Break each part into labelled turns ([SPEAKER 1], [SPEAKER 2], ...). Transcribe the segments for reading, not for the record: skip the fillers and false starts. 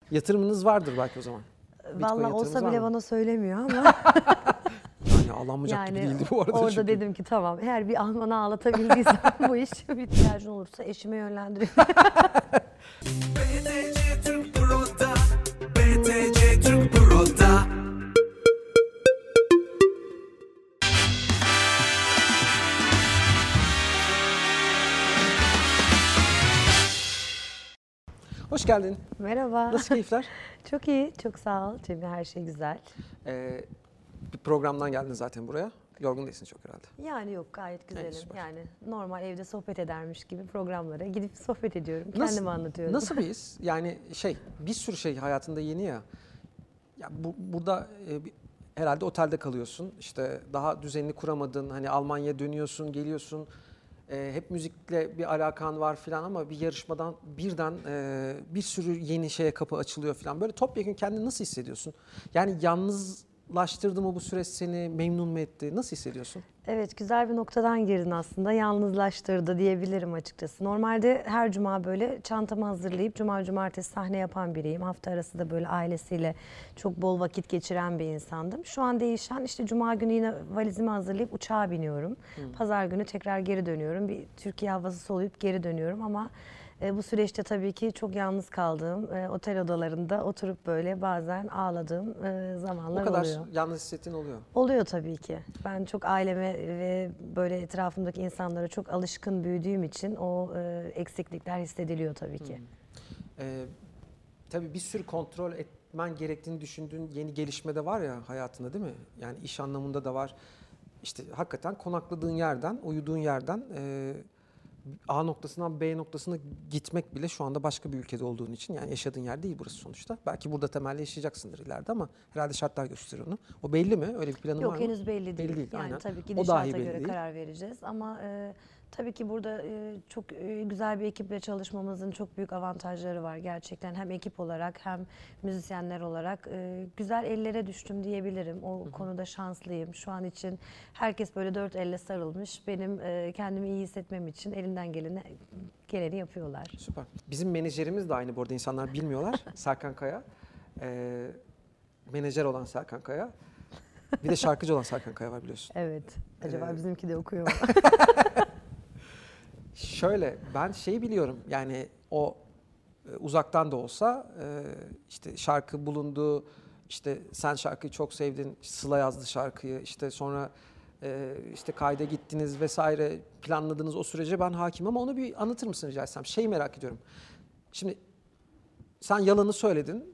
[SPEAKER 1] Yatırımınız vardır belki o zaman. Bitcoin
[SPEAKER 2] Vallahi
[SPEAKER 1] yatırımınız
[SPEAKER 2] olsa
[SPEAKER 1] var
[SPEAKER 2] bile
[SPEAKER 1] mı?
[SPEAKER 2] bana söylemiyor ama
[SPEAKER 1] Yani ağlanmayacak gibi değildi bu arada
[SPEAKER 2] orada
[SPEAKER 1] çünkü.
[SPEAKER 2] dedim ki tamam, eğer bir Alman'ı ağlatabildiysem bu iş, bir ihtiyacın olursa eşime yönlendiririm.
[SPEAKER 3] BTC Türk Pro'da, BTC Türk Pro'da.
[SPEAKER 1] Hoş geldin.
[SPEAKER 2] Merhaba.
[SPEAKER 1] Nasıl keyifler?
[SPEAKER 2] Çok iyi, çok sağ ol Cemil, her şey güzel.
[SPEAKER 1] Bir programdan geldin zaten buraya. Yorgun değilsin çok herhalde.
[SPEAKER 2] Yani yok, gayet güzelim.
[SPEAKER 1] süper.
[SPEAKER 2] Yani normal evde sohbet edermiş gibi programlara gidip sohbet ediyorum.
[SPEAKER 1] Nasıl-
[SPEAKER 2] Kendimi anlatıyorum.
[SPEAKER 1] Nasıl bir his? Yani bir sürü şey hayatında yeni ya. Ya burada herhalde otelde kalıyorsun. İşte daha düzenini kuramadın. Hani Almanya'ya dönüyorsun, geliyorsun. Hep müzikle bir alakan var falan ama bir yarışmadan birden bir sürü yeni şeye kapı açılıyor falan. Böyle topyekun kendini nasıl hissediyorsun? Yani yalnızlaştırdı mı bu süreç seni? Memnun mu etti? Nasıl hissediyorsun?
[SPEAKER 2] Evet, güzel bir noktadan girdin aslında. Yalnızlaştırdı diyebilirim açıkçası. Normalde her cuma böyle çantamı hazırlayıp cumartesi sahne yapan biriyim. Hafta arası da böyle ailesiyle çok bol vakit geçiren bir insandım. Şu an değişen, işte cuma günü yine valizimi hazırlayıp uçağa biniyorum. Pazar günü tekrar geri dönüyorum. Bir Türkiye havası soluyup geri dönüyorum ama bu süreçte tabii ki çok yalnız kaldığım, otel odalarında oturup böyle bazen ağladığım zamanlar
[SPEAKER 1] O kadar
[SPEAKER 2] oluyor.
[SPEAKER 1] yalnız hissettiğin oluyor.
[SPEAKER 2] Oluyor tabii ki. Ben çok aileme ve böyle etrafımdaki insanlara çok alışkın büyüdüğüm için o eksiklikler hissediliyor tabii ki.
[SPEAKER 1] Tabii bir sürü kontrol etmen gerektiğini düşündüğün yeni gelişme de var ya hayatında, değil mi? Yani iş anlamında da var. İşte hakikaten konakladığın yerden, uyuduğun yerden A noktasından B noktasına gitmek bile şu anda başka bir ülkede olduğun için, yani yaşadığın yer değil burası sonuçta. Belki burada temelli yaşayacaksındır ileride ama herhalde şartlar gösteriyor onu. O belli mi? Öyle bir planın var mı?
[SPEAKER 2] Yok, henüz belli değil.
[SPEAKER 1] Belli değil,
[SPEAKER 2] Yani
[SPEAKER 1] aynen.
[SPEAKER 2] tabii ki
[SPEAKER 1] O dahi
[SPEAKER 2] gidişata
[SPEAKER 1] belli
[SPEAKER 2] göre
[SPEAKER 1] değil.
[SPEAKER 2] karar vereceğiz ama tabii ki burada çok güzel bir ekiple çalışmamızın çok büyük avantajları var gerçekten. Hem ekip olarak hem müzisyenler olarak güzel ellere düştüm diyebilirim. O konuda şanslıyım. Şu an için herkes böyle dört elle sarılmış. Benim kendimi iyi hissetmem için elinden geleni yapıyorlar.
[SPEAKER 1] Süper. Bizim menajerimiz de aynı bu arada, insanlar bilmiyorlar. Serkan Kaya. Menajer olan Serkan Kaya. Bir de şarkıcı olan Serkan Kaya var, biliyorsun.
[SPEAKER 2] Evet. Acaba bizimki de okuyor mu?
[SPEAKER 1] Şöyle, ben şeyi biliyorum, yani o uzaktan da olsa işte şarkı bulundu, işte sen şarkıyı çok sevdin, Sıla yazdı şarkıyı, işte sonra işte kayda gittiniz vesaire, planladınız, o sürece ben hakim, ama onu bir anlatır mısın rica etsem? Şeyi merak ediyorum. Şimdi sen yalanı söyledin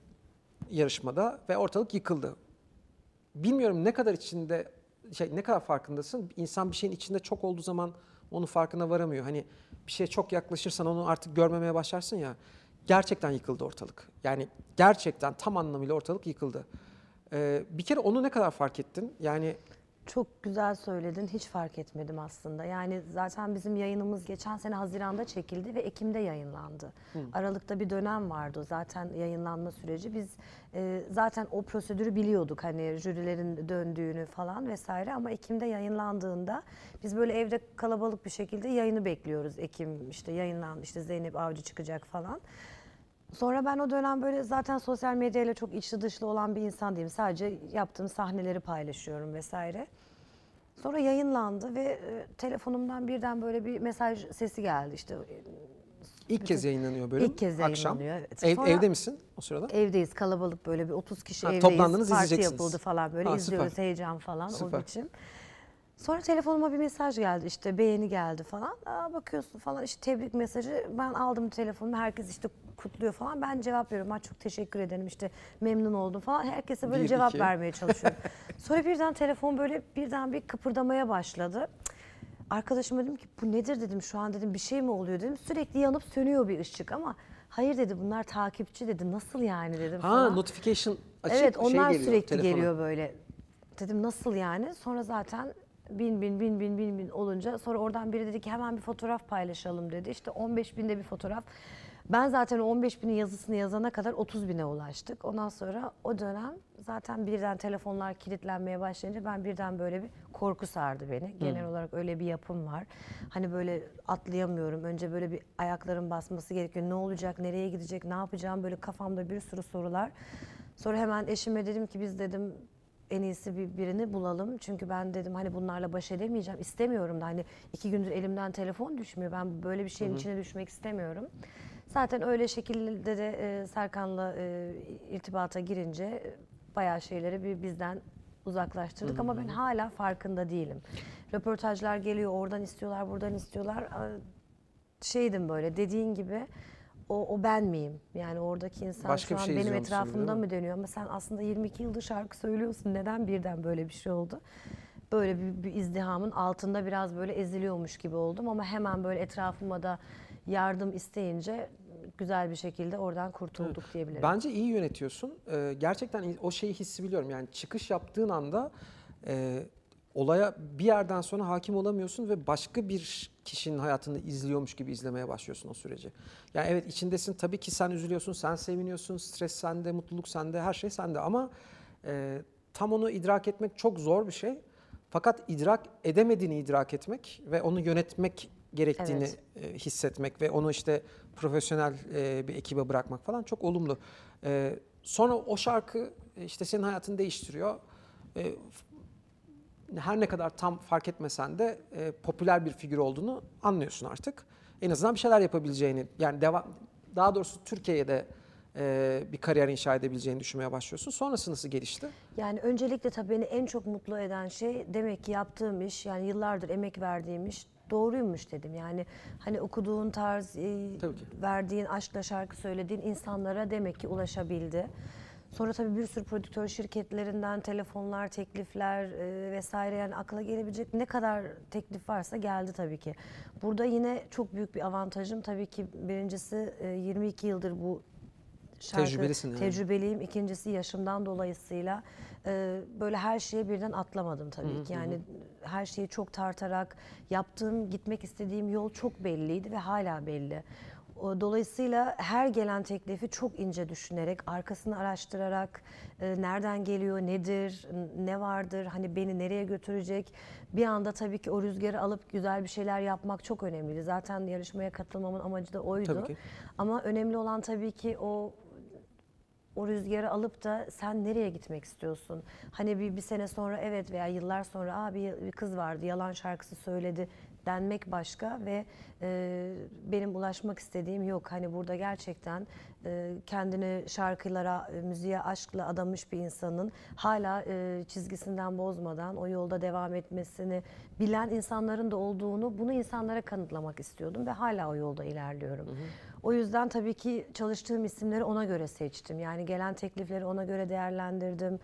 [SPEAKER 1] yarışmada ve ortalık yıkıldı. Bilmiyorum ne kadar içinde, ne kadar farkındasın? İnsan bir şeyin içinde çok olduğu zaman onun farkına varamıyor. Hani bir şeye çok yaklaşırsan onu artık görmemeye başlarsın ya. Gerçekten yıkıldı ortalık. Yani gerçekten tam anlamıyla ortalık yıkıldı. Bir kere onu ne kadar fark ettin? Yani
[SPEAKER 2] Çok güzel söyledin. Hiç fark etmedim aslında. Yani zaten bizim yayınımız geçen sene Haziran'da çekildi ve Ekim'de yayınlandı. Aralıkta bir dönem vardı zaten yayınlanma süreci. Biz zaten o prosedürü biliyorduk. Hani jürilerin döndüğünü falan vesaire, ama Ekim'de yayınlandığında biz böyle evde kalabalık bir şekilde yayını bekliyoruz. Ekim işte yayınlandı, işte Zeynep Avcı çıkacak falan. Sonra ben o dönem böyle zaten sosyal medyayla çok içli dışlı olan bir insan değilim. Sadece yaptığım sahneleri paylaşıyorum vesaire. Sonra yayınlandı ve telefonumdan birden böyle bir mesaj sesi geldi işte.
[SPEAKER 1] ilk kez yayınlanıyor bölüm.
[SPEAKER 2] İlk kez
[SPEAKER 1] Akşam.
[SPEAKER 2] yayınlanıyor, evet. Sonra
[SPEAKER 1] Evde misin o sırada?
[SPEAKER 2] evdeyiz, kalabalık böyle bir 30 kişi
[SPEAKER 1] Ha,
[SPEAKER 2] evdeyiz.
[SPEAKER 1] toplandınız,
[SPEAKER 2] Parti
[SPEAKER 1] izleyeceksiniz.
[SPEAKER 2] yapıldı falan böyle,
[SPEAKER 1] Ha,
[SPEAKER 2] izliyoruz,
[SPEAKER 1] süper.
[SPEAKER 2] heyecan falan
[SPEAKER 1] Süper.
[SPEAKER 2] o biçim. Sonra telefonuma bir mesaj geldi, işte beğeni geldi falan. Bakıyorsun falan, işte tebrik mesajı. Ben aldım telefonumu, herkes işte kutluyor falan. Ben cevap veriyorum. Çok teşekkür ederim, işte memnun oldum falan. Herkese böyle
[SPEAKER 1] Bir,
[SPEAKER 2] cevap
[SPEAKER 1] iki.
[SPEAKER 2] vermeye çalışıyorum. Sonra birden telefon böyle birden bir kıpırdamaya başladı. Arkadaşıma dedim ki bu nedir dedim, şu an dedim bir şey mi oluyor dedim. Sürekli yanıp sönüyor bir ışık ama hayır dedi, bunlar takipçi dedi. Nasıl yani dedim
[SPEAKER 1] Ha,
[SPEAKER 2] falan.
[SPEAKER 1] notification açık,
[SPEAKER 2] Evet, onlar
[SPEAKER 1] geliyor
[SPEAKER 2] sürekli
[SPEAKER 1] telefona.
[SPEAKER 2] geliyor böyle. Dedim nasıl yani? Sonra zaten bin olunca sonra oradan biri dedi ki hemen bir fotoğraf paylaşalım dedi. İşte 15 binde bir fotoğraf. Ben zaten 15 binin yazısını yazana kadar 30 bine ulaştık. Ondan sonra o dönem zaten birden telefonlar kilitlenmeye başlayınca ben birden böyle bir korku sardı beni. Genel olarak öyle bir yapım var. Hani böyle atlayamıyorum. Önce böyle bir ayaklarım basması gerekiyor. Ne olacak, nereye gidecek, ne yapacağım, böyle kafamda bir sürü sorular. Sonra hemen eşime dedim ki biz dedim en iyisi birini bulalım. Çünkü ben dedim hani bunlarla baş edemeyeceğim. İstemiyorum da hani 2 gündür elimden telefon düşmüyor. Ben böyle bir şeyin içine düşmek istemiyorum. Zaten öyle şekilde de Serkan'la irtibata girince bayağı şeyleri bizden uzaklaştırdık. Ama ben hala farkında değilim. Röportajlar geliyor, oradan istiyorlar, buradan istiyorlar. Şeydim böyle dediğin gibi o ben miyim? Yani oradaki insan
[SPEAKER 1] Başka
[SPEAKER 2] şu
[SPEAKER 1] bir
[SPEAKER 2] an
[SPEAKER 1] şey
[SPEAKER 2] benim
[SPEAKER 1] izliyormuşsun gibi,
[SPEAKER 2] etrafımda
[SPEAKER 1] değil mi?
[SPEAKER 2] mı dönüyor? Ama sen aslında 22 yıldır şarkı söylüyorsun. Neden birden böyle bir şey oldu? Böyle bir izdihamın altında biraz böyle eziliyormuş gibi oldum. Ama hemen böyle etrafıma da yardım isteyince güzel bir şekilde oradan kurtulduk diyebilirim.
[SPEAKER 1] Bence iyi yönetiyorsun. Gerçekten o şeyi hissebiliyorum. Yani çıkış yaptığın anda olaya bir yerden sonra hakim olamıyorsun ve başka bir kişinin hayatını izliyormuş gibi izlemeye başlıyorsun o süreci. Yani evet içindesin, tabii ki sen üzülüyorsun, sen seviniyorsun, stres sende, mutluluk sende, her şey sende ama tam onu idrak etmek çok zor bir şey. Fakat idrak edemediğini idrak etmek ve onu yönetmek gerektiğini hissetmek ve onu işte profesyonel bir ekibe bırakmak falan çok olumlu. Sonra o şarkı işte senin hayatını değiştiriyor. Her ne kadar tam fark etmesen de popüler bir figür olduğunu anlıyorsun artık. En azından bir şeyler yapabileceğini, yani daha doğrusu Türkiye'de bir kariyer inşa edebileceğini düşünmeye başlıyorsun. Sonrası nasıl gelişti?
[SPEAKER 2] Yani öncelikle tabii beni en çok mutlu eden şey demek ki yaptığım iş, yani yıllardır emek verdiğim iş doğruymuş dedim. Yani hani okuduğun tarz,
[SPEAKER 1] Tabii ki.
[SPEAKER 2] verdiğin aşkla şarkı söylediğin insanlara demek ki ulaşabildi. Sonra tabii bir sürü prodüktör şirketlerinden telefonlar, teklifler vesaire, yani akla gelebilecek ne kadar teklif varsa geldi tabii ki. Burada yine çok büyük bir avantajım tabii ki birincisi 22 yıldır bu şarkı
[SPEAKER 1] Tecrübelisin yani.
[SPEAKER 2] tecrübeliyim. İkincisi yaşımdan dolayısıyla böyle her şeye birden atlamadım tabii ki. Yani her şeyi çok tartarak yaptığım, gitmek istediğim yol çok belliydi ve hala belli. Dolayısıyla her gelen teklifi çok ince düşünerek, arkasını araştırarak, nereden geliyor, nedir, ne vardır, hani beni nereye götürecek. Bir anda tabii ki o rüzgarı alıp güzel bir şeyler yapmak çok önemliydi. Zaten yarışmaya katılmamın amacı da oydu.
[SPEAKER 1] Tabii ki.
[SPEAKER 2] Ama önemli olan tabii ki o rüzgarı alıp da sen nereye gitmek istiyorsun? Hani bir sene sonra evet veya yıllar sonra abi bir kız vardı yalan şarkısı söyledi denmek başka ve benim ulaşmak istediğim yok. Hani burada gerçekten kendini şarkılara, müziğe aşkla adamış bir insanın hala çizgisinden bozmadan o yolda devam etmesini bilen insanların da olduğunu, bunu insanlara kanıtlamak istiyordum ve hala o yolda ilerliyorum. O yüzden tabii ki çalıştığım isimleri ona göre seçtim. Yani gelen teklifleri ona göre değerlendirdim.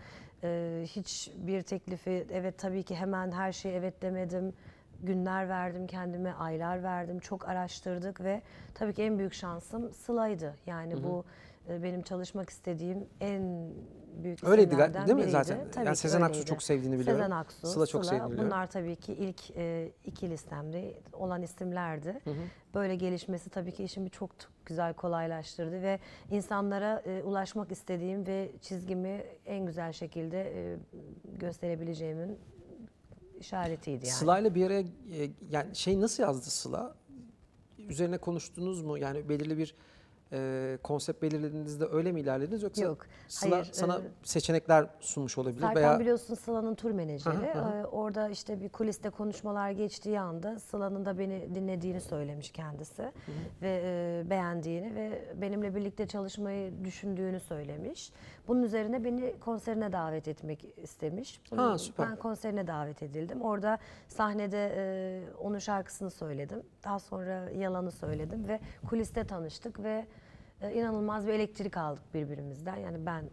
[SPEAKER 2] Hiçbir teklifi evet tabii ki hemen her şeye evet demedim. Günler verdim kendime, aylar verdim. Çok araştırdık ve tabii ki en büyük şansım Sıla'ydı. Yani bu benim çalışmak istediğim en büyük
[SPEAKER 1] Öyleydi
[SPEAKER 2] isimlerden
[SPEAKER 1] değil mi
[SPEAKER 2] biriydi.
[SPEAKER 1] zaten?
[SPEAKER 2] Tabii
[SPEAKER 1] Yani
[SPEAKER 2] ki
[SPEAKER 1] Sezen Aksu
[SPEAKER 2] öyleydi.
[SPEAKER 1] çok sevdiğini biliyorum.
[SPEAKER 2] Sezen Aksu,
[SPEAKER 1] Sıla çok sevdiğini biliyorum.
[SPEAKER 2] bunlar tabii ki ilk iki listemde olan isimlerdi. Böyle gelişmesi tabii ki işimi çok güzel kolaylaştırdı ve insanlara ulaşmak istediğim ve çizgimi en güzel şekilde gösterebileceğimin işaretiydi yani.
[SPEAKER 1] Sıla ile bir araya yani şey nasıl yazdı Sıla? Üzerine konuştunuz mu? Yani belirli bir konsept belirlediğinizde öyle mi ilerlediniz yoksa
[SPEAKER 2] Yok,
[SPEAKER 1] Sıla
[SPEAKER 2] hayır,
[SPEAKER 1] sana seçenekler sunmuş olabilir
[SPEAKER 2] Serkan
[SPEAKER 1] veya
[SPEAKER 2] biliyorsun Sıla'nın tur menajeri.
[SPEAKER 1] Hı hı.
[SPEAKER 2] Orada işte bir kuliste konuşmalar geçtiği anda Sıla'nın da beni dinlediğini söylemiş kendisi ve beğendiğini ve benimle birlikte çalışmayı düşündüğünü söylemiş. Bunun üzerine beni konserine davet etmek istemiş.
[SPEAKER 1] Ha, süper.
[SPEAKER 2] Ben konserine davet edildim. Orada sahnede onun şarkısını söyledim. Daha sonra Yalan'ı söyledim ve kuliste tanıştık ve inanılmaz bir elektrik aldık birbirimizden. Yani ben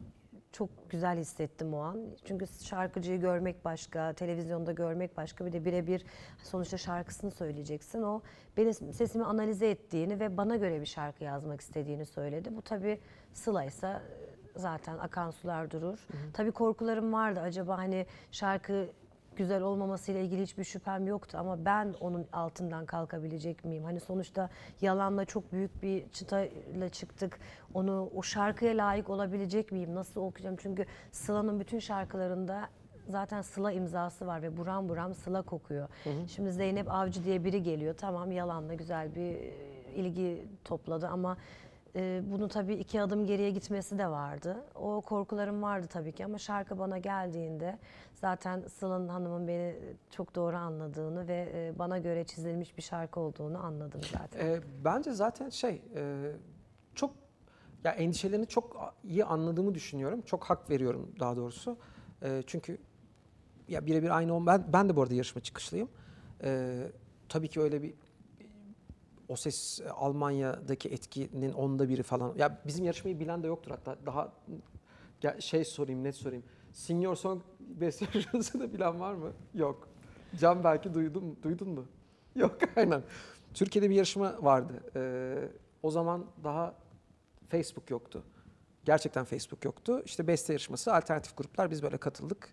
[SPEAKER 2] çok güzel hissettim o an. Çünkü şarkıcıyı görmek başka, televizyonda görmek başka. Bir de birebir sonuçta şarkısını söyleyeceksin. O benim sesimi analize ettiğini ve bana göre bir şarkı yazmak istediğini söyledi. Bu tabii Sıla'ysa zaten akan sular durur. Tabii korkularım vardı. Acaba hani şarkı güzel olmamasıyla ilgili hiçbir şüphem yoktu ama ben onun altından kalkabilecek miyim? Hani sonuçta yalanla çok büyük bir çıtayla çıktık. Onu o şarkıya layık olabilecek miyim? Nasıl okuyacağım? Çünkü Sıla'nın bütün şarkılarında zaten Sıla imzası var ve buram buram Sıla kokuyor. Şimdi Zeynep Avcı diye biri geliyor. Tamam, yalanla güzel bir ilgi topladı ama bunu tabii 2 adım geriye gitmesi de vardı. O korkularım vardı tabii ki ama şarkı bana geldiğinde zaten Sıla'nın Hanım'ın beni çok doğru anladığını ve bana göre çizilmiş bir şarkı olduğunu anladım zaten.
[SPEAKER 1] Bence zaten çok ya endişelerini çok iyi anladığımı düşünüyorum. Çok hak veriyorum daha doğrusu. Çünkü ya birebir aynı ben de bu arada yarışma çıkışlıyım. Tabii ki öyle bir O Ses Almanya'daki etkinin 1/10 falan. Ya bizim yarışmayı bilen de yoktur hatta. Daha net sorayım. Senior Song Best yarışmasını bilen var mı? Yok. Can belki duydun mu? Yok, aynen. Türkiye'de bir yarışma vardı. O zaman daha Facebook yoktu. Gerçekten Facebook yoktu. İşte beste yarışması, alternatif gruplar, biz böyle katıldık.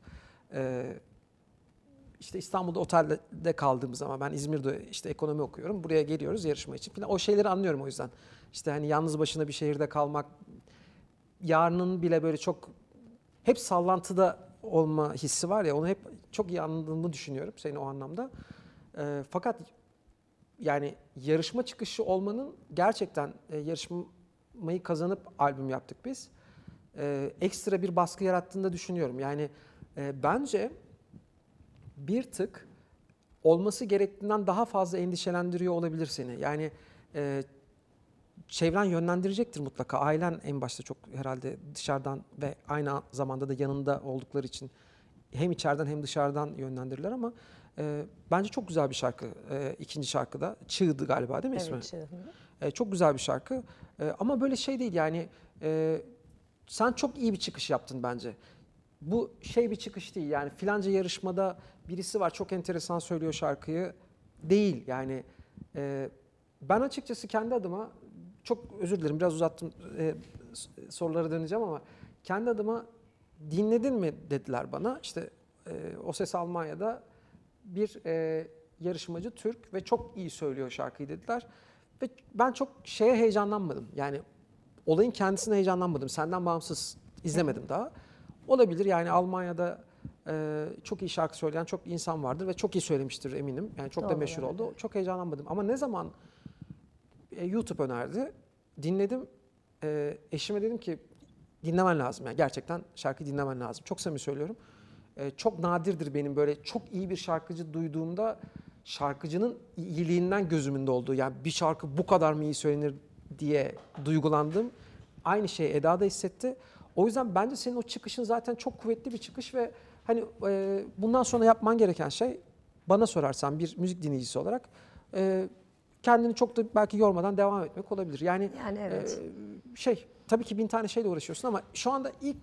[SPEAKER 1] İşte İstanbul'da otelde kaldığımız zaman, ben İzmir'de işte ekonomi okuyorum. Buraya geliyoruz yarışma için falan. O şeyleri anlıyorum o yüzden. İşte hani yalnız başına bir şehirde kalmak, yarının bile böyle çok hep sallantıda olma hissi var ya, onu hep çok iyi anladığımı düşünüyorum senin o anlamda. Fakat yani yarışma çıkışı olmanın gerçekten yarışmayı kazanıp albüm yaptık biz. Ekstra bir baskı yarattığını da düşünüyorum. Yani bence bir tık olması gerektiğinden daha fazla endişelendiriyor olabilir seni. Yani çevren yönlendirecektir mutlaka. Ailen en başta çok herhalde dışarıdan ve aynı zamanda da yanında oldukları için hem içeriden hem dışarıdan yönlendirirler ama bence çok güzel bir şarkı. İkinci şarkıda Çığ'dı galiba, değil mi ismi?
[SPEAKER 2] Evet, Çığ.
[SPEAKER 1] Çok güzel bir şarkı. Ama böyle şey değil yani, sen çok iyi bir çıkış yaptın bence. Bu bir çıkış değil yani, filanca yarışmada birisi var çok enteresan söylüyor şarkıyı değil yani. Ben açıkçası kendi adıma, çok özür dilerim biraz uzattım, sorulara döneceğim ama kendi adıma dinledin mi dediler bana. İşte O Ses Almanya'da bir yarışmacı Türk ve çok iyi söylüyor şarkıyı dediler. Ve ben çok heyecanlanmadım yani, olayın kendisine heyecanlanmadım, senden bağımsız izlemedim daha. Olabilir yani, Almanya'da çok iyi şarkı söyleyen çok insan vardır ve çok iyi söylemiştir eminim. Yani çok da
[SPEAKER 2] Doğru,
[SPEAKER 1] meşhur
[SPEAKER 2] evet.
[SPEAKER 1] oldu. Çok heyecanlanmadım ama ne zaman YouTube önerdi, dinledim. Eşime dedim ki dinlemen lazım, yani gerçekten şarkıyı dinlemen lazım. Çok samimi söylüyorum. Çok nadirdir benim böyle çok iyi bir şarkıcı duyduğumda şarkıcının iyiliğinden gözümün olduğu, yani bir şarkı bu kadar mı iyi söylenir diye duygulandım. Aynı şeyi Eda da hissetti. O yüzden bence senin o çıkışın zaten çok kuvvetli bir çıkış ve hani bundan sonra yapman gereken şey, bana sorarsan bir müzik dinleyicisi olarak, kendini çok da belki yormadan devam etmek olabilir. Yani
[SPEAKER 2] Evet.
[SPEAKER 1] Tabii ki 1000 tane şeyle uğraşıyorsun ama şu anda ilk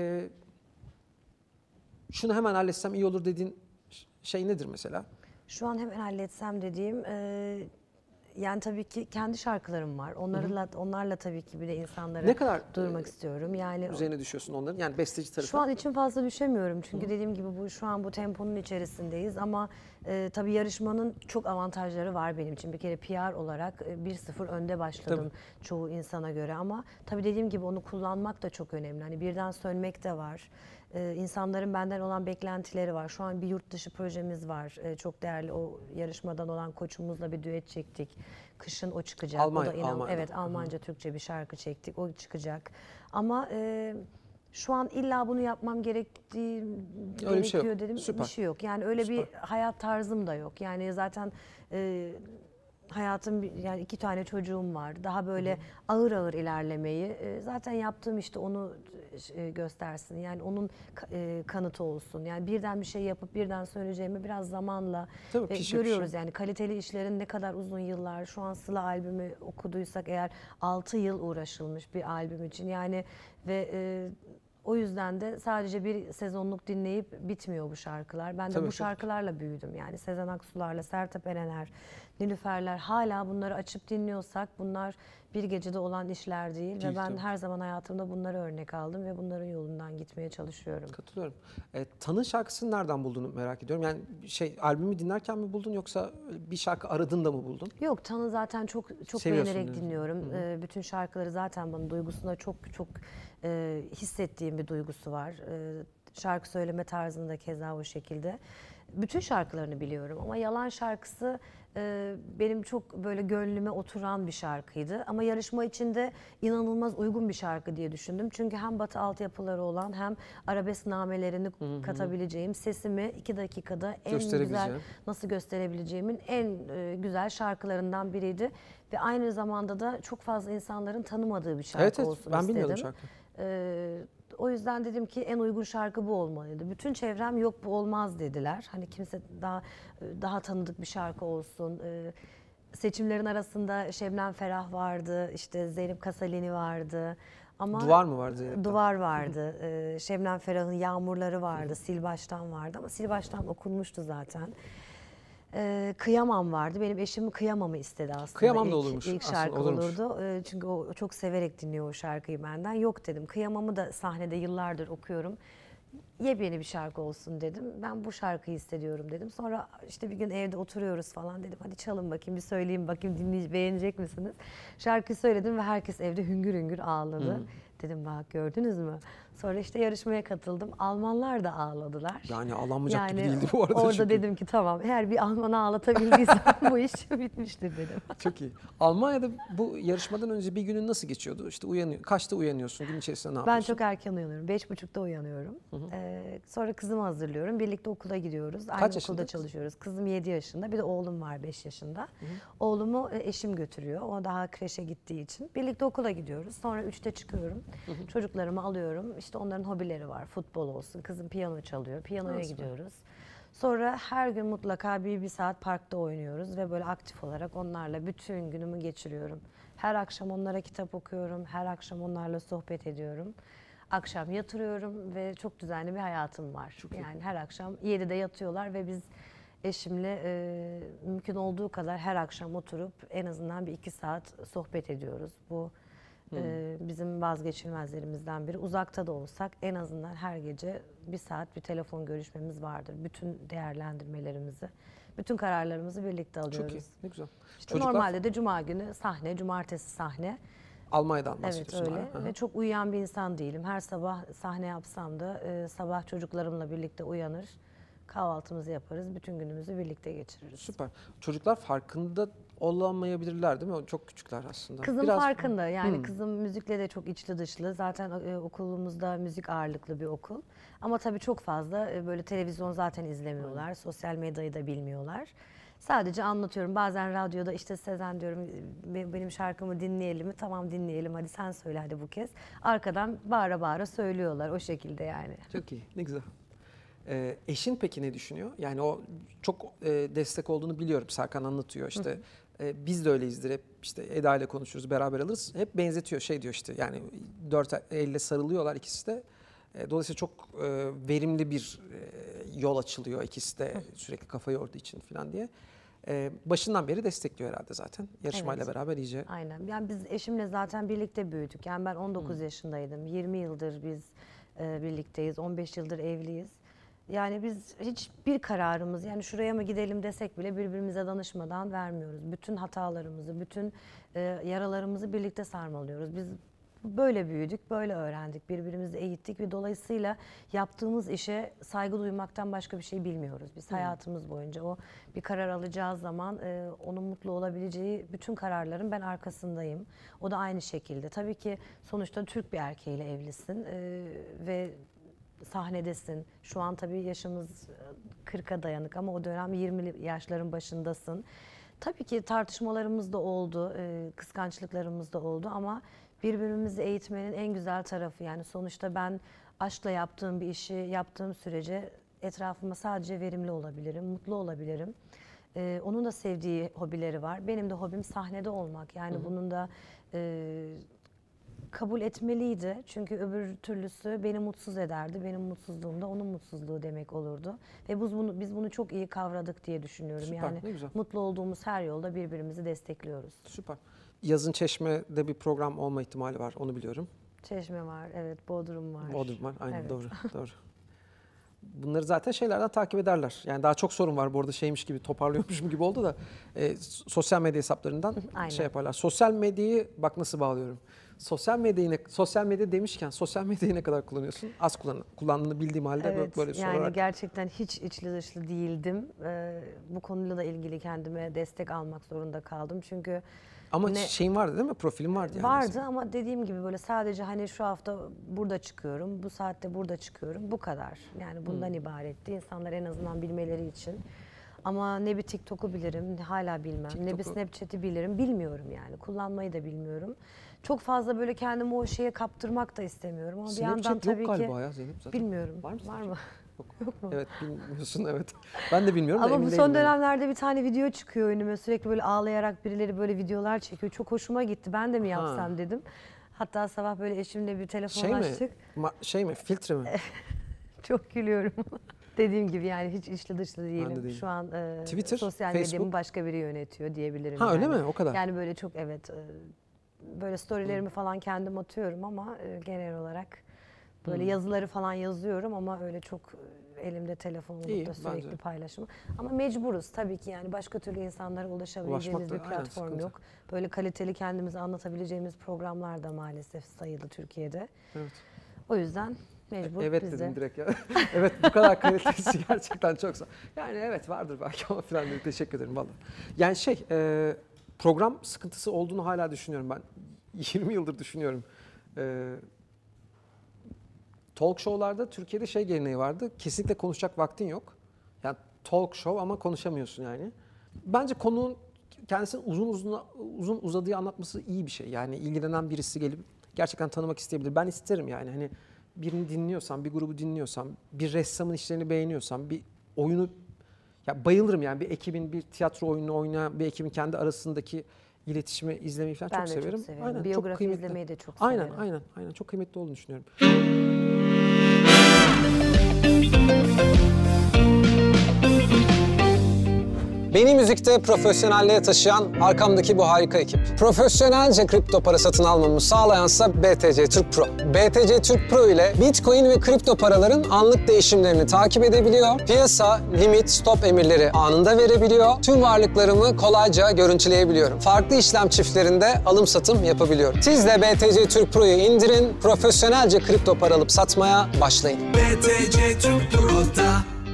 [SPEAKER 1] şunu hemen halletsem iyi olur dediğin şey nedir mesela?
[SPEAKER 2] Şu an hemen halletsem dediğim yani tabii ki kendi şarkılarım var. Onlarla tabii ki bir de insanları
[SPEAKER 1] Ne kadar
[SPEAKER 2] duyurmak istiyorum. Yani
[SPEAKER 1] üzerine düşüyorsun onların? Yani besteci tarafı.
[SPEAKER 2] şu an için fazla düşemiyorum çünkü dediğim gibi şu an bu temponun içerisindeyiz ama tabii yarışmanın çok avantajları var benim için. Bir kere PR olarak 1-0 önde başladım çoğu insana göre ama tabii dediğim gibi onu kullanmak da çok önemli. Hani birden sönmek de var. İnsanların benden olan beklentileri var. Şu an bir yurt dışı projemiz var. Çok değerli, o yarışmadan olan koçumuzla bir düet çektik. Kışın o çıkacak.
[SPEAKER 1] Almanya'da.
[SPEAKER 2] Evet, Almanca, Türkçe bir şarkı çektik. O çıkacak. Ama şu an illa bunu yapmam gerekiyor
[SPEAKER 1] şey yok.
[SPEAKER 2] dedim.
[SPEAKER 1] Süper.
[SPEAKER 2] Bir şey yok. Yani öyle
[SPEAKER 1] Süper.
[SPEAKER 2] bir hayat tarzım da yok. Yani zaten hayatım, yani 2 tane çocuğum var. Daha böyle ağır ağır ilerlemeyi, zaten yaptığım işte onu göstersin. Yani onun kanıtı olsun. Yani birden bir şey yapıp birden söyleyeceğimi biraz zamanla
[SPEAKER 1] Tabii,
[SPEAKER 2] ve
[SPEAKER 1] pişe
[SPEAKER 2] görüyoruz
[SPEAKER 1] pişe.
[SPEAKER 2] yani kaliteli işlerin ne kadar uzun yıllar. Şu an Sıla albümü okuduysak eğer 6 yıl uğraşılmış bir albüm için. Yani ve o yüzden de sadece bir sezonluk dinleyip bitmiyor bu şarkılar. Ben de
[SPEAKER 1] Tabii,
[SPEAKER 2] bu
[SPEAKER 1] tabii.
[SPEAKER 2] şarkılarla büyüdüm. Yani Sezen Aksu'larla, Sertab Erener, Nilüferler hala bunları açıp dinliyorsak bunlar bir gecede olan işler değil.
[SPEAKER 1] Değil,
[SPEAKER 2] Ve ben
[SPEAKER 1] tabii.
[SPEAKER 2] her zaman hayatımda bunları örnek aldım ve bunların yolundan gitmeye çalışıyorum.
[SPEAKER 1] Katılıyorum. Tanı şarkısını nereden bulduğunu merak ediyorum. Yani albümü dinlerken mi buldun yoksa bir şarkı aradın da mı buldun?
[SPEAKER 2] Yok, Tan'ı zaten çok
[SPEAKER 1] Seviyorsun
[SPEAKER 2] beğenerek
[SPEAKER 1] diyorsun.
[SPEAKER 2] dinliyorum. Bütün şarkıları zaten bana duygusunda çok hissettiğim bir duygusu var. Şarkı söyleme tarzında keza o şekilde. Bütün şarkılarını biliyorum ama Yalan şarkısı benim çok böyle gönlüme oturan bir şarkıydı. Ama yarışma için de inanılmaz uygun bir şarkı diye düşündüm. Çünkü hem batı altyapıları olan hem arabesk namelerini katabileceğim, sesimi 2 dakikada en güzel
[SPEAKER 1] Gösterebileceğim.
[SPEAKER 2] nasıl gösterebileceğimin en güzel şarkılarından biriydi. Ve aynı zamanda da çok fazla insanların tanımadığı bir şarkı
[SPEAKER 1] Evet,
[SPEAKER 2] olsun
[SPEAKER 1] ben
[SPEAKER 2] istedim.
[SPEAKER 1] bilmiyordum şarkıyı.
[SPEAKER 2] O yüzden dedim ki en uygun şarkı bu olmalıydı. Bütün çevrem yok bu olmaz dediler. Hani kimse daha tanıdık bir şarkı olsun. Seçimlerin arasında Şebnem Ferah vardı, işte Zeynep Kasalini vardı. Ama
[SPEAKER 1] Duvar mı vardı Zeynep'ten?
[SPEAKER 2] Duvar vardı. Şebnem Ferah'ın Yağmurları vardı, Sil Baştan vardı ama Sil Baştan okunmuştu zaten. Kıyamam vardı. Benim eşim Kıyamam'ı istedi aslında.
[SPEAKER 1] Kıyamam da olurmuş.
[SPEAKER 2] İlk
[SPEAKER 1] Aslında
[SPEAKER 2] şarkı
[SPEAKER 1] olurmuş.
[SPEAKER 2] olurdu. Çünkü o çok severek dinliyor o şarkıyı benden. Yok dedim. Kıyamam'ı da sahnede yıllardır okuyorum. Yepyeni bir şarkı olsun dedim. Ben bu şarkıyı hissediyorum dedim. Sonra işte bir gün evde oturuyoruz falan dedim. Hadi çalın bakayım, bir söyleyeyim bakayım, beğenecek misiniz? Şarkıyı söyledim ve herkes evde hüngür hüngür ağladı. Dedim bak gördünüz mü? Sonra işte yarışmaya katıldım. Almanlar da ağladılar.
[SPEAKER 1] Yani ağlanmayacak gibi değildi bu
[SPEAKER 2] orada
[SPEAKER 1] arada çünkü.
[SPEAKER 2] dedim ki tamam, eğer bir Alman'ı ağlatabildiysem bu iş bitmiştir dedim.
[SPEAKER 1] Çok iyi. Almanya'da bu yarışmadan önce bir günün nasıl geçiyordu? İşte kaçta uyanıyorsun? Gün içerisinde ne
[SPEAKER 2] Ben
[SPEAKER 1] yapıyorsun?
[SPEAKER 2] çok erken uyanıyorum. 5.30'da uyanıyorum. Sonra kızımı hazırlıyorum. Birlikte okula gidiyoruz. Aynı
[SPEAKER 1] yaşında
[SPEAKER 2] okulda
[SPEAKER 1] kız?
[SPEAKER 2] çalışıyoruz. Kızım 7 yaşında. Bir de oğlum var 5 yaşında. Oğlumu eşim götürüyor. O daha kreşe gittiği için. Birlikte okula gidiyoruz. Sonra 3'te çıkıyorum. Çocuklarımı alıyorum. İşte onların hobileri var. Futbol olsun. Kızım piyano çalıyor. Piyanoya gidiyoruz. Sonra her gün mutlaka bir saat parkta oynuyoruz ve böyle aktif olarak onlarla bütün günümü geçiriyorum. Her akşam onlara kitap okuyorum. Her akşam onlarla sohbet ediyorum. Akşam yatırıyorum ve çok düzenli bir hayatım var. Yani her akşam 7'de yatıyorlar ve biz eşimle mümkün olduğu kadar her akşam oturup en azından bir 2 saat sohbet ediyoruz. Bu bizim vazgeçilmezlerimizden biri. Uzakta da olsak en azından her gece 1 saat bir telefon görüşmemiz vardır. Bütün değerlendirmelerimizi, bütün kararlarımızı birlikte alıyoruz.
[SPEAKER 1] Çok iyi. Ne güzel.
[SPEAKER 2] İşte normalde de cuma günü sahne, cumartesi sahne.
[SPEAKER 1] Almanya'dan
[SPEAKER 2] Evet
[SPEAKER 1] bahsediyorsun.
[SPEAKER 2] öyle
[SPEAKER 1] hala. Hı hı.
[SPEAKER 2] ve çok uyuyan bir insan değilim. Her sabah sahne yapsam da sabah çocuklarımla birlikte uyanır. Kahvaltımızı yaparız, bütün günümüzü birlikte geçiririz.
[SPEAKER 1] Süper. Çocuklar farkında olamayabilirler değil mi? Çok küçükler aslında.
[SPEAKER 2] Kızım farkında yani kızım müzikle de çok içli dışlı. Zaten okulumuzda müzik ağırlıklı bir okul. Ama tabii çok fazla böyle televizyon zaten izlemiyorlar. Sosyal medyayı da bilmiyorlar. Sadece anlatıyorum. Bazen radyoda işte Sezen diyorum benim şarkımı dinleyelim mi? Tamam dinleyelim, hadi sen söyle hadi bu kez. Arkadan bağıra bağıra söylüyorlar o şekilde yani.
[SPEAKER 1] Çok iyi. Ne güzel. Eşin peki ne düşünüyor? Yani o çok destek olduğunu biliyorum. Serkan anlatıyor işte. Biz de öyleyizdir hep işte Eda ile konuşuruz, beraber alırız. Hep benzetiyor, şey diyor işte yani 4 elle sarılıyorlar ikisi de. Dolayısıyla çok verimli bir yol açılıyor ikisi de sürekli kafa yorduğu için falan diye. Başından beri destekliyor herhalde zaten. Yarışmayla
[SPEAKER 2] Evet.
[SPEAKER 1] beraber iyice.
[SPEAKER 2] Aynen. Yani biz eşimle zaten birlikte büyüdük. Yani ben 19 yaşındaydım. 20 yıldır biz birlikteyiz. 15 yıldır evliyiz. Yani biz hiçbir kararımız yani şuraya mı gidelim desek bile birbirimize danışmadan vermiyoruz. Bütün hatalarımızı, bütün yaralarımızı birlikte sarmalıyoruz. Biz böyle büyüdük, böyle öğrendik, birbirimizi eğittik ve dolayısıyla yaptığımız işe saygı duymaktan başka bir şey bilmiyoruz. Biz hayatımız boyunca o bir karar alacağı zaman onun mutlu olabileceği bütün kararların ben arkasındayım. O da aynı şekilde. Tabii ki sonuçta Türk bir erkeğiyle evlisin ve sahnedesin. Şu an tabii yaşımız 40'a dayanık ama o dönem 20'li yaşların başındasın. Tabii ki tartışmalarımız da oldu, kıskançlıklarımız da oldu ama birbirimizi eğitmenin en güzel tarafı yani sonuçta ben aşkla yaptığım bir işi yaptığım sürece etrafıma sadece verimli olabilirim, mutlu olabilirim. Onun da sevdiği hobileri var. Benim de hobim sahnede olmak. Yani bunun da kabul etmeliydi. Çünkü öbür türlüsü beni mutsuz ederdi. Benim mutsuzluğum da onun mutsuzluğu demek olurdu. Ve biz bunu çok iyi kavradık diye düşünüyorum.
[SPEAKER 1] Süper,
[SPEAKER 2] Yani
[SPEAKER 1] ne güzel.
[SPEAKER 2] mutlu olduğumuz her yolda birbirimizi destekliyoruz.
[SPEAKER 1] Süper. Yazın Çeşme'de bir program olma ihtimali var, onu biliyorum.
[SPEAKER 2] Çeşme var, evet, Bodrum var.
[SPEAKER 1] Bodrum var, aynen
[SPEAKER 2] Evet.
[SPEAKER 1] doğru. Doğru. Bunları zaten şeylerden takip ederler. Yani daha çok sorun var bu arada, şeymiş gibi toparlıyormuşum gibi oldu da sosyal medya hesaplarından
[SPEAKER 2] Aynen.
[SPEAKER 1] şey yaparlar. Sosyal medyayı bak nasıl bağlıyorum. Sosyal medya demişken sosyal medyayı ne kadar kullanıyorsun? Az kullandığını bildiğim halde
[SPEAKER 2] Evet,
[SPEAKER 1] böyle
[SPEAKER 2] yani
[SPEAKER 1] sorarak.
[SPEAKER 2] gerçekten hiç içli dışlı değildim. Bu konuyla da ilgili kendime destek almak zorunda kaldım. Çünkü
[SPEAKER 1] Ama
[SPEAKER 2] ne-
[SPEAKER 1] şeyin vardı değil mi? Profilin vardı yani.
[SPEAKER 2] vardı ama dediğim gibi böyle sadece hani şu hafta burada çıkıyorum, bu saatte burada çıkıyorum, bu kadar. Yani bundan ibaretti. İnsanlar en azından bilmeleri için. Ama ne bir TikTok'u bilirim, hala bilmem. Ne bir
[SPEAKER 1] TikTok'u-
[SPEAKER 2] Snapchat'i bilirim, bilmiyorum yani. Kullanmayı da bilmiyorum. Çok fazla böyle kendimi o şeye kaptırmak da istemiyorum. Ama bir yandan
[SPEAKER 1] Snapchat
[SPEAKER 2] tabii
[SPEAKER 1] yok
[SPEAKER 2] ki
[SPEAKER 1] galiba ya Zeynep zaten.
[SPEAKER 2] bilmiyorum.
[SPEAKER 1] Var mı
[SPEAKER 2] Var mı?
[SPEAKER 1] Yok.
[SPEAKER 2] Yok mu?
[SPEAKER 1] Evet bilmiyorsun evet. Ben de bilmiyorum da
[SPEAKER 2] Ama
[SPEAKER 1] emin
[SPEAKER 2] bu
[SPEAKER 1] değilim
[SPEAKER 2] son
[SPEAKER 1] yani.
[SPEAKER 2] dönemlerde bir tane video çıkıyor önüme. Sürekli böyle ağlayarak birileri böyle videolar çekiyor. Çok hoşuma gitti. Ben de mi yapsam dedim. Hatta sabah böyle eşimle bir telefon
[SPEAKER 1] Şey mi?
[SPEAKER 2] açtık.
[SPEAKER 1] Şey mi? Filtre mi?
[SPEAKER 2] Çok gülüyorum. Dediğim gibi yani hiç içli dışlı değilim.
[SPEAKER 1] değilim.
[SPEAKER 2] Şu an
[SPEAKER 1] Twitter,
[SPEAKER 2] sosyal
[SPEAKER 1] Facebook?
[SPEAKER 2] medyamı başka biri yönetiyor diyebilirim.
[SPEAKER 1] Ha öyle
[SPEAKER 2] yani.
[SPEAKER 1] mi? O kadar.
[SPEAKER 2] Yani böyle çok evet böyle storylerimi falan kendim atıyorum ama genel olarak böyle yazıları falan yazıyorum ama öyle çok elimde telefon olup
[SPEAKER 1] İyi,
[SPEAKER 2] da sürekli
[SPEAKER 1] bence.
[SPEAKER 2] paylaşımı. Ama mecburuz tabii ki yani başka türlü insanlara ulaşabileceğimiz
[SPEAKER 1] Ulaşmak da,
[SPEAKER 2] bir
[SPEAKER 1] aynen,
[SPEAKER 2] platform
[SPEAKER 1] sıkıntı.
[SPEAKER 2] yok. Böyle kaliteli kendimizi anlatabileceğimiz programlar da maalesef sayılı Türkiye'de.
[SPEAKER 1] Evet.
[SPEAKER 2] O yüzden mecbur
[SPEAKER 1] Evet
[SPEAKER 2] biz
[SPEAKER 1] dedim
[SPEAKER 2] de.
[SPEAKER 1] direkt ya. Evet bu kadar kalitesi gerçekten çok zor. Yani evet vardır belki ama falan dedi. Teşekkür ederim valla. Yani program sıkıntısı olduğunu hala düşünüyorum ben. 20 yıldır düşünüyorum. Talk show'larda Türkiye'de şey geleneği vardı. Kesinlikle konuşacak vaktin yok. Yani talk show ama konuşamıyorsun yani. Bence konunun kendisini uzun uzadığı anlatması iyi bir şey. Yani ilgilenen birisi gelip gerçekten tanımak isteyebilir. Ben isterim yani hani birini dinliyorsam, bir grubu dinliyorsam, bir ressamın işlerini beğeniyorsam, bir oyunu ya bayılırım yani bir ekibin bir tiyatro oyununu oynayan bir ekibin kendi arasındaki iletişimi izlemeyi falan
[SPEAKER 2] Ben
[SPEAKER 1] çok
[SPEAKER 2] de
[SPEAKER 1] severim.
[SPEAKER 2] çok severim.
[SPEAKER 1] Aynen, çok
[SPEAKER 2] Biyografi
[SPEAKER 1] kıymetli.
[SPEAKER 2] izlemeyi de çok
[SPEAKER 1] Aynen,
[SPEAKER 2] severim.
[SPEAKER 1] aynen. Çok kıymetli olduğunu düşünüyorum. Beni müzikte profesyonelliğe taşıyan arkamdaki bu harika ekip. Profesyonelce kripto para satın almamı sağlayansa BTC Türk Pro. BTC Türk Pro ile Bitcoin ve kripto paraların anlık değişimlerini takip edebiliyor. Piyasa, limit, stop emirleri anında verebiliyor. Tüm varlıklarımı kolayca görüntüleyebiliyorum. Farklı işlem çiftlerinde alım satım yapabiliyorum. Siz de BTC Türk Pro'yu indirin, profesyonelce kripto para alıp satmaya başlayın.
[SPEAKER 3] BTC Türk Pro'da.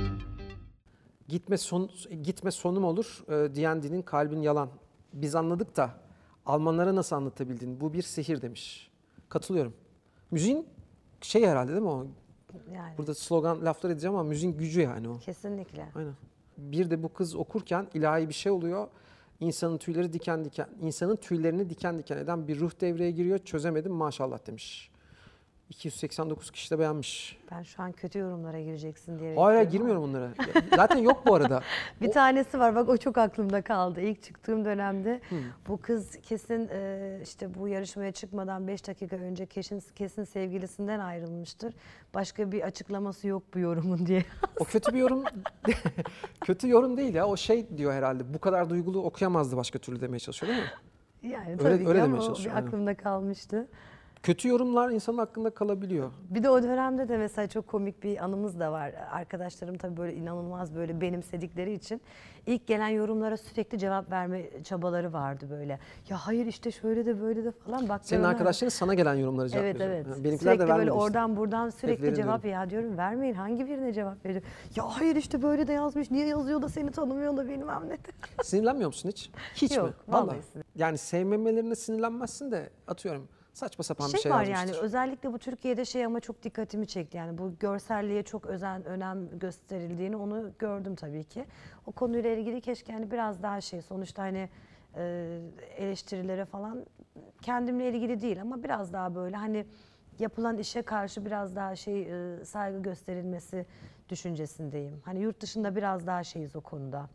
[SPEAKER 1] Gitme sonum olur diyen dilin kalbin yalan. Biz anladık da Almanlara nasıl anlatabildin? Bu bir sihir demiş. Katılıyorum. Müziğin şey herhalde değil mi o?
[SPEAKER 2] Yani
[SPEAKER 1] Burada slogan laflar edeceğim ama müziğin gücü yani o.
[SPEAKER 2] kesinlikle.
[SPEAKER 1] Aynen. Bir de bu kız okurken ilahi bir şey oluyor. İnsanın tüylerini diken diken eden bir ruh devreye giriyor. Çözemedim maşallah demiş. 289 kişi de beğenmiş.
[SPEAKER 2] Ben şu an kötü yorumlara gireceksin diye
[SPEAKER 1] Hayır
[SPEAKER 2] bekliyorum
[SPEAKER 1] girmiyorum onlara. Zaten yok bu arada.
[SPEAKER 2] ama bir tanesi var bak o çok aklımda kaldı. İlk çıktığım dönemde bu kız kesin işte bu yarışmaya çıkmadan 5 dakika önce kesin sevgilisinden ayrılmıştır. Başka bir açıklaması yok bu yorumun diye.
[SPEAKER 1] O kötü bir yorum kötü yorum değil ya. O şey diyor herhalde. Bu kadar duygulu okuyamazdı başka türlü demeye çalışıyor değil mi?
[SPEAKER 2] Yani
[SPEAKER 1] Öyle-
[SPEAKER 2] tabii ki
[SPEAKER 1] öyle
[SPEAKER 2] ama
[SPEAKER 1] demeye
[SPEAKER 2] o bir
[SPEAKER 1] çalışıyor, aynen.
[SPEAKER 2] aklımda kalmıştı.
[SPEAKER 1] Kötü yorumlar insanın aklında kalabiliyor.
[SPEAKER 2] Bir de o dönemde de mesela çok komik bir anımız da var. Arkadaşlarım tabii böyle inanılmaz böyle benimsedikleri için ilk gelen yorumlara sürekli cevap verme çabaları vardı böyle. Ya hayır işte şöyle de böyle de falan. Bak
[SPEAKER 1] Senin
[SPEAKER 2] ben ona-
[SPEAKER 1] arkadaşların sana gelen yorumları
[SPEAKER 2] Evet
[SPEAKER 1] cevaplıyor.
[SPEAKER 2] evet.
[SPEAKER 1] Yani benimkiler
[SPEAKER 2] Sürekli
[SPEAKER 1] de
[SPEAKER 2] böyle
[SPEAKER 1] vermedi işte.
[SPEAKER 2] oradan buradan sürekli
[SPEAKER 1] verin
[SPEAKER 2] cevap
[SPEAKER 1] diyorum.
[SPEAKER 2] ya diyorum vermeyin hangi birine cevap veriyor? Ya hayır işte böyle de yazmış niye yazıyor da seni tanımıyor da bilmem ne.
[SPEAKER 1] Sinirlenmiyor musun hiç? Hiç
[SPEAKER 2] Yok,
[SPEAKER 1] mi?
[SPEAKER 2] vallahi sinir-
[SPEAKER 1] Yani sevmemelerine sinirlenmezsin de atıyorum. Saçma sapan bir şey
[SPEAKER 2] var
[SPEAKER 1] yazmıştır.
[SPEAKER 2] yani özellikle bu Türkiye'de şey ama çok dikkatimi çekti. Yani bu görselliğe çok önem gösterildiğini onu gördüm tabii ki. O konuyla ilgili keşke hani biraz daha şey sonuçta hani eleştirilere falan kendimle ilgili değil ama biraz daha böyle hani yapılan işe karşı biraz daha saygı gösterilmesi düşüncesindeyim. Hani yurt dışında biraz daha şeyiz o konuda.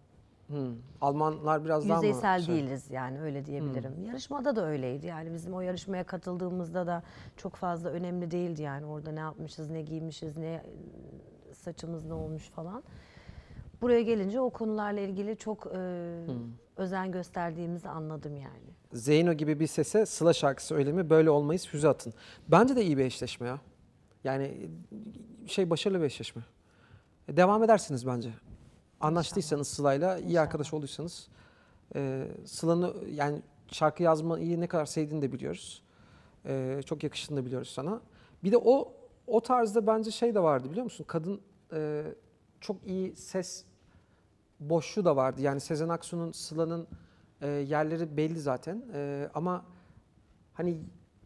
[SPEAKER 1] Almanlar biraz daha mı
[SPEAKER 2] Yüzeysel
[SPEAKER 1] şey?
[SPEAKER 2] değiliz yani, öyle diyebilirim. Yarışmada da öyleydi yani, bizim o yarışmaya katıldığımızda da çok fazla önemli değildi yani orada ne yapmışız, ne giymişiz, ne saçımız ne olmuş falan. Buraya gelince o konularla ilgili çok özen gösterdiğimizi anladım yani.
[SPEAKER 1] Zeyno gibi bir sese Sıla şarkısı öyle mi? Böyle olmayız, füze atın. Bence de iyi bir eşleşme ya. Yani başarılı bir eşleşme. Devam edersiniz bence. Anlaştıysanız Sıla'yla, iyi
[SPEAKER 2] İnşallah.
[SPEAKER 1] arkadaş olduysanız. Sıla'nın yani şarkı yazmayı ne kadar sevdiğini de biliyoruz. Çok yakıştığını da biliyoruz sana. Bir de o tarzda bence şey de vardı, biliyor musun? Kadın çok iyi ses boşluğu da vardı. Yani Sezen Aksu'nun, Sıla'nın yerleri belli zaten. Ama hani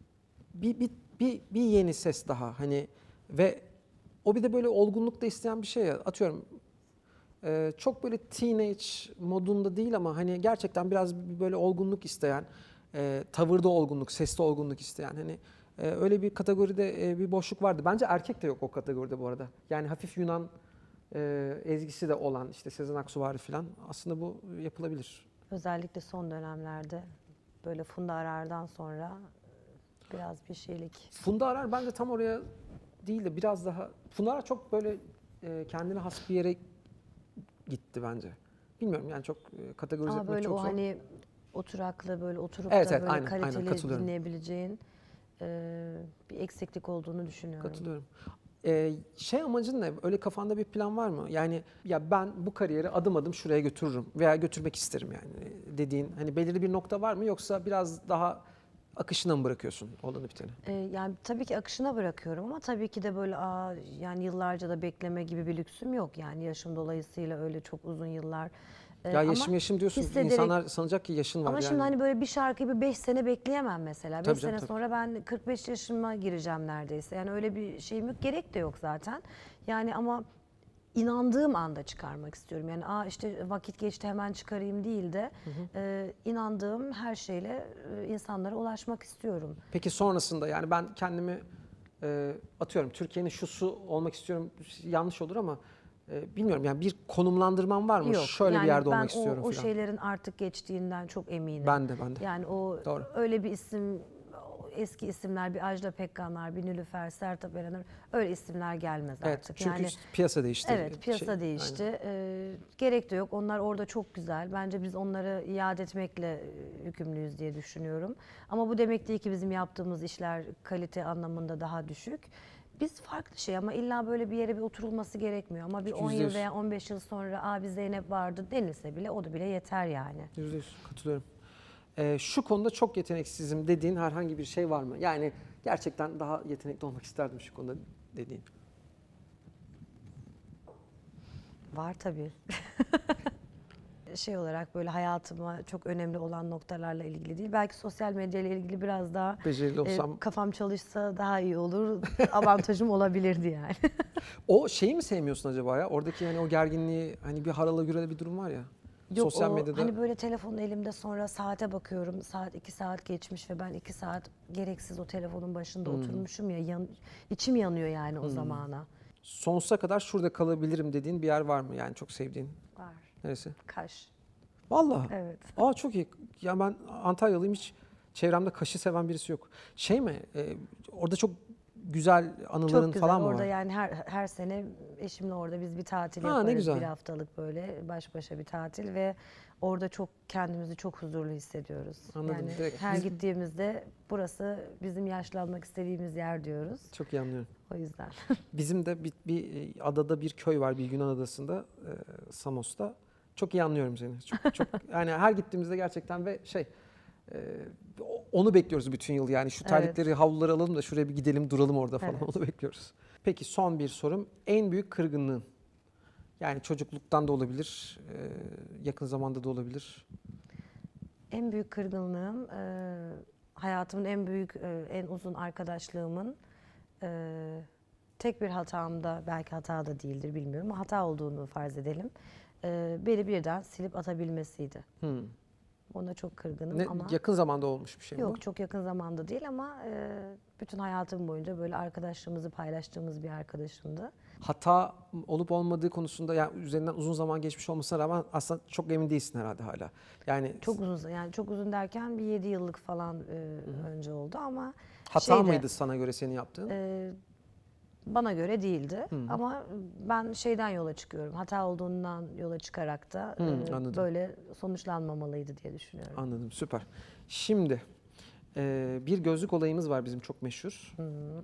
[SPEAKER 1] bir yeni ses daha, hani, ve o bir de böyle olgunluk da isteyen bir şey ya. Atıyorum çok böyle teenage modunda değil ama hani gerçekten biraz böyle olgunluk isteyen, tavırda olgunluk, seste olgunluk isteyen, hani öyle bir kategoride bir boşluk vardı. Bence erkek de yok o kategoride bu arada. Yani hafif Yunan ezgisi de olan, işte Sezen Aksu var falan, aslında bu yapılabilir.
[SPEAKER 2] Özellikle son dönemlerde böyle Funda Arar'dan sonra biraz bir şeylik.
[SPEAKER 1] Funda Arar bence tam oraya değil de biraz daha... Funda Arar çok böyle kendine has bir yere gitti bence. Bilmiyorum yani, çok kategorize
[SPEAKER 2] Ama
[SPEAKER 1] etmek
[SPEAKER 2] böyle
[SPEAKER 1] çok
[SPEAKER 2] o
[SPEAKER 1] zor.
[SPEAKER 2] hani oturaklı, böyle oturup
[SPEAKER 1] Evet,
[SPEAKER 2] da
[SPEAKER 1] evet,
[SPEAKER 2] böyle
[SPEAKER 1] aynen,
[SPEAKER 2] kaliteli
[SPEAKER 1] katılıyorum.
[SPEAKER 2] dinleyebileceğin bir eksiklik olduğunu düşünüyorum.
[SPEAKER 1] Katılıyorum. Amacın ne? Öyle kafanda bir plan var mı? Yani ya ben bu kariyeri adım adım şuraya götürürüm veya götürmek isterim yani dediğin, hani belirli bir nokta var mı, yoksa biraz daha akışına mı bırakıyorsun olanı biteni?
[SPEAKER 2] Yani tabii ki akışına bırakıyorum ama tabii ki de böyle yani yıllarca da bekleme gibi bir lüksüm yok. Yani yaşım dolayısıyla öyle çok uzun yıllar.
[SPEAKER 1] Ya
[SPEAKER 2] Ama
[SPEAKER 1] yaşım diyorsun,
[SPEAKER 2] hissederek.
[SPEAKER 1] insanlar sanacak ki yaşın var
[SPEAKER 2] Ama
[SPEAKER 1] yani.
[SPEAKER 2] şimdi hani böyle bir şarkıyı bir 5 sene bekleyemem mesela.
[SPEAKER 1] Tabii
[SPEAKER 2] 5
[SPEAKER 1] canım,
[SPEAKER 2] sene
[SPEAKER 1] tabii.
[SPEAKER 2] sonra ben 45 yaşıma gireceğim neredeyse. Yani öyle bir şeyim yok. Gerek de yok zaten. Yani ama inandığım anda çıkarmak istiyorum. Yani işte vakit geçti hemen çıkarayım değil de inandığım her şeyle insanlara ulaşmak istiyorum.
[SPEAKER 1] Peki sonrasında, yani ben kendimi atıyorum Türkiye'nin şusu olmak istiyorum, yanlış olur ama bilmiyorum yani, bir konumlandırman var mı?
[SPEAKER 2] Yok
[SPEAKER 1] Şöyle
[SPEAKER 2] yani
[SPEAKER 1] bir yerde
[SPEAKER 2] ben
[SPEAKER 1] olmak istiyorum
[SPEAKER 2] o
[SPEAKER 1] falan.
[SPEAKER 2] şeylerin artık geçtiğinden çok eminim.
[SPEAKER 1] Ben de.
[SPEAKER 2] Yani o
[SPEAKER 1] Doğru.
[SPEAKER 2] öyle bir isim, eski isimler, bir Ajda Pekkanlar, bir Nilüfer, Sertab Erener, öyle isimler gelmez
[SPEAKER 1] Evet,
[SPEAKER 2] artık.
[SPEAKER 1] çünkü
[SPEAKER 2] Yani
[SPEAKER 1] piyasa değişti.
[SPEAKER 2] evet, piyasa değişti.
[SPEAKER 1] Aynen.
[SPEAKER 2] Gerek de yok. Onlar orada çok güzel. Bence biz onları iade etmekle yükümlüyüz diye düşünüyorum. Ama bu demek değil ki bizim yaptığımız işler kalite anlamında daha düşük. Biz farklı şey, ama illa böyle bir yere bir oturulması gerekmiyor. Ama bir 10 yıl
[SPEAKER 1] %100.
[SPEAKER 2] veya 15 yıl sonra abi Zeynep vardı denilse bile, o da bile yeter yani.
[SPEAKER 1] %100 katılıyorum. Şu konuda çok yeteneksizim dediğin herhangi bir şey var mı? Yani gerçekten daha yetenekli olmak isterdim şu konuda dediğin.
[SPEAKER 2] Var tabii. Şey olarak böyle hayatıma çok önemli olan noktalarla ilgili değil. Belki sosyal medya ile ilgili biraz daha
[SPEAKER 1] Becerili olsam.
[SPEAKER 2] kafam çalışsa daha iyi olur. Avantajım olabilirdi yani.
[SPEAKER 1] O şeyi mi sevmiyorsun acaba ya? Oradaki yani o gerginliği, hani bir harala gürele bir durum var ya.
[SPEAKER 2] Yok,
[SPEAKER 1] Sosyal
[SPEAKER 2] o
[SPEAKER 1] medyada.
[SPEAKER 2] hani böyle telefon elimde, sonra saate bakıyorum. Saat 2 saat geçmiş ve ben 2 saat gereksiz o telefonun başında oturmuşum ya. İçim yanıyor yani o zamana.
[SPEAKER 1] Sonsuza kadar şurada kalabilirim dediğin bir yer var mı? Yani çok sevdiğin.
[SPEAKER 2] Var.
[SPEAKER 1] Neresi?
[SPEAKER 2] Kaş.
[SPEAKER 1] Vallahi.
[SPEAKER 2] Evet.
[SPEAKER 1] Çok iyi. Ya ben Antalyalıyım, hiç çevremde Kaş'ı seven birisi yok. Şey mi? Orada çok güzel anıların
[SPEAKER 2] Çok güzel.
[SPEAKER 1] falan mı
[SPEAKER 2] Orada
[SPEAKER 1] var?
[SPEAKER 2] yani her sene eşimle orada biz bir tatil
[SPEAKER 1] Ne
[SPEAKER 2] yaparız.
[SPEAKER 1] güzel.
[SPEAKER 2] Bir haftalık böyle baş başa bir tatil ve orada çok kendimizi çok huzurlu hissediyoruz.
[SPEAKER 1] Anladım,
[SPEAKER 2] Yani
[SPEAKER 1] direkt.
[SPEAKER 2] her gittiğimizde burası bizim yaşlanmak istediğimiz yer diyoruz.
[SPEAKER 1] Çok iyi anlıyorum.
[SPEAKER 2] O yüzden.
[SPEAKER 1] Bizim de bir adada bir köy var, bir Yunan adasında, Samos'ta. Çok iyi anlıyorum seni. Çok yani her gittiğimizde gerçekten ve onu bekliyoruz bütün yıl. Yani şu terlikleri, havluları alalım da şuraya bir gidelim, duralım orada falan.
[SPEAKER 2] Evet.
[SPEAKER 1] Onu bekliyoruz. Peki son bir sorum. En büyük kırgınlığın? Yani çocukluktan da olabilir, yakın zamanda da olabilir.
[SPEAKER 2] En büyük kırgınlığım hayatımın en büyük, en uzun arkadaşlığımın tek bir hatamda, belki hata da değildir bilmiyorum ama hata olduğunu farz edelim. Beni birden silip atabilmesiydi. Ona çok kırgınım
[SPEAKER 1] Ne,
[SPEAKER 2] ama
[SPEAKER 1] yakın zamanda olmuş bir şey mi bu?
[SPEAKER 2] yok, çok yakın zamanda değil ama bütün hayatım boyunca böyle arkadaşlığımızı paylaştığımız bir arkadaşımdı.
[SPEAKER 1] Hata olup olmadığı konusunda yani üzerinden uzun zaman geçmiş olmasına rağmen aslında çok emin değilsin herhalde hala. Yani
[SPEAKER 2] Çok uzun, yani çok uzun derken bir 7 yıllık falan önce oldu ama
[SPEAKER 1] hata
[SPEAKER 2] şeyde,
[SPEAKER 1] mıydı sana göre senin yaptığın?
[SPEAKER 2] bana göre değildi ama ben şeyden yola çıkıyorum. Hata olduğundan yola çıkarak da
[SPEAKER 1] Anladım.
[SPEAKER 2] böyle sonuçlanmamalıydı diye düşünüyorum.
[SPEAKER 1] Anladım, süper. Şimdi bir gözlük olayımız var bizim çok meşhur.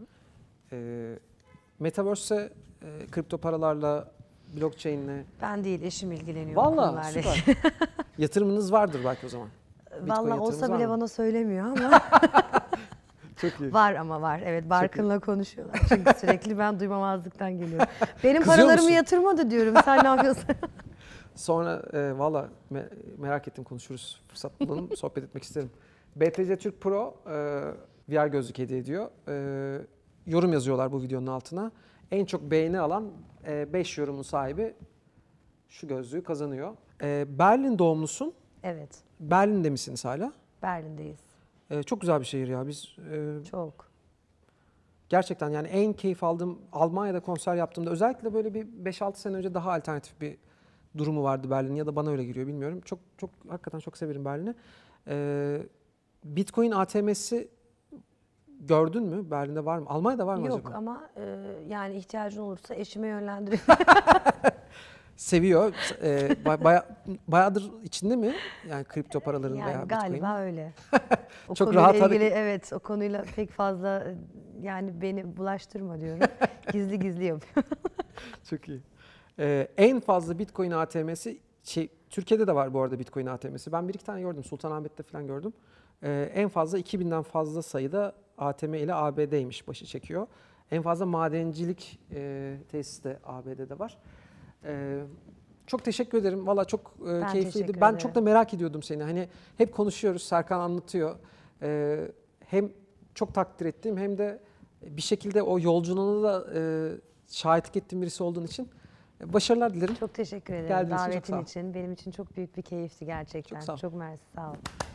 [SPEAKER 1] Metaverse'e kripto paralarla, blockchain'le.
[SPEAKER 2] Ben değil, eşim ilgileniyor bu
[SPEAKER 1] Vallahi
[SPEAKER 2] konularla.
[SPEAKER 1] süper. Yatırımınız vardır belki o zaman. Bitcoin
[SPEAKER 2] Vallahi
[SPEAKER 1] yatırımınız
[SPEAKER 2] olsa
[SPEAKER 1] var
[SPEAKER 2] bile
[SPEAKER 1] mı?
[SPEAKER 2] bana söylemiyor ama
[SPEAKER 1] Çok iyi.
[SPEAKER 2] var ama var. Evet, Barkın'la konuşuyorlar. Çünkü sürekli ben duymamazlıktan geliyorum. Benim
[SPEAKER 1] Kızıyor
[SPEAKER 2] paralarımı
[SPEAKER 1] musun?
[SPEAKER 2] yatırmadı diyorum. Sen ne yapıyorsun?
[SPEAKER 1] Sonra valla merak ettim, konuşuruz. Fırsat bulalım, sohbet etmek isterim. BTC Türk Pro VR gözlük hediye ediyor. Yorum yazıyorlar bu videonun altına. En çok beğeni alan 5 yorumun sahibi şu gözlüğü kazanıyor. Berlin doğumlusun.
[SPEAKER 2] Evet,
[SPEAKER 1] Berlin'de misiniz hala?
[SPEAKER 2] Berlin'deyiz.
[SPEAKER 1] Çok güzel bir şehir ya. Biz
[SPEAKER 2] Çok.
[SPEAKER 1] gerçekten yani en keyif aldığım, Almanya'da konser yaptığımda özellikle böyle bir 5-6 sene önce daha alternatif bir durumu vardı Berlin'in, ya da bana öyle giriyor bilmiyorum. Çok hakikaten çok severim Berlin'i. Bitcoin ATM'si gördün mü? Berlin'de var mı? Almanya'da var mı
[SPEAKER 2] Yok
[SPEAKER 1] acaba?
[SPEAKER 2] ama yani ihtiyacın olursa eşime yönlendireyim.
[SPEAKER 1] Seviyor. Bayağıdır içinde mi? Yani kripto paraların veya
[SPEAKER 2] Yani
[SPEAKER 1] Bitcoin'in.
[SPEAKER 2] galiba öyle. O
[SPEAKER 1] Çok
[SPEAKER 2] konuyla
[SPEAKER 1] rahat
[SPEAKER 2] ilgili,
[SPEAKER 1] hareket-
[SPEAKER 2] evet, o konuyla pek fazla yani beni bulaştırma diyorum. Gizli gizli yapıyor.
[SPEAKER 1] Çok iyi. En fazla Bitcoin ATM'si Türkiye'de de var bu arada Bitcoin ATM'si. Ben bir iki tane gördüm. Sultanahmet'te falan gördüm. En fazla 2000'den fazla sayıda ATM ile ABD'ymiş başı çekiyor. En fazla madencilik tesisi de ABD'de var. Çok teşekkür ederim. Valla çok keyifliydi.
[SPEAKER 2] teşekkür
[SPEAKER 1] Ben
[SPEAKER 2] ederim.
[SPEAKER 1] çok da merak ediyordum seni. Hani hep konuşuyoruz, Serkan anlatıyor. Hem çok takdir ettiğim hem de bir şekilde o yolculuğuna da şahitlik ettiğim birisi olduğun için başarılar dilerim.
[SPEAKER 2] Çok teşekkür ederim
[SPEAKER 1] Geldiğiniz için çok
[SPEAKER 2] davetin
[SPEAKER 1] sağ ol.
[SPEAKER 2] için. Benim için çok büyük bir keyifti gerçekten.
[SPEAKER 1] Çok sağ ol.
[SPEAKER 2] Çok mersi, sağ ol.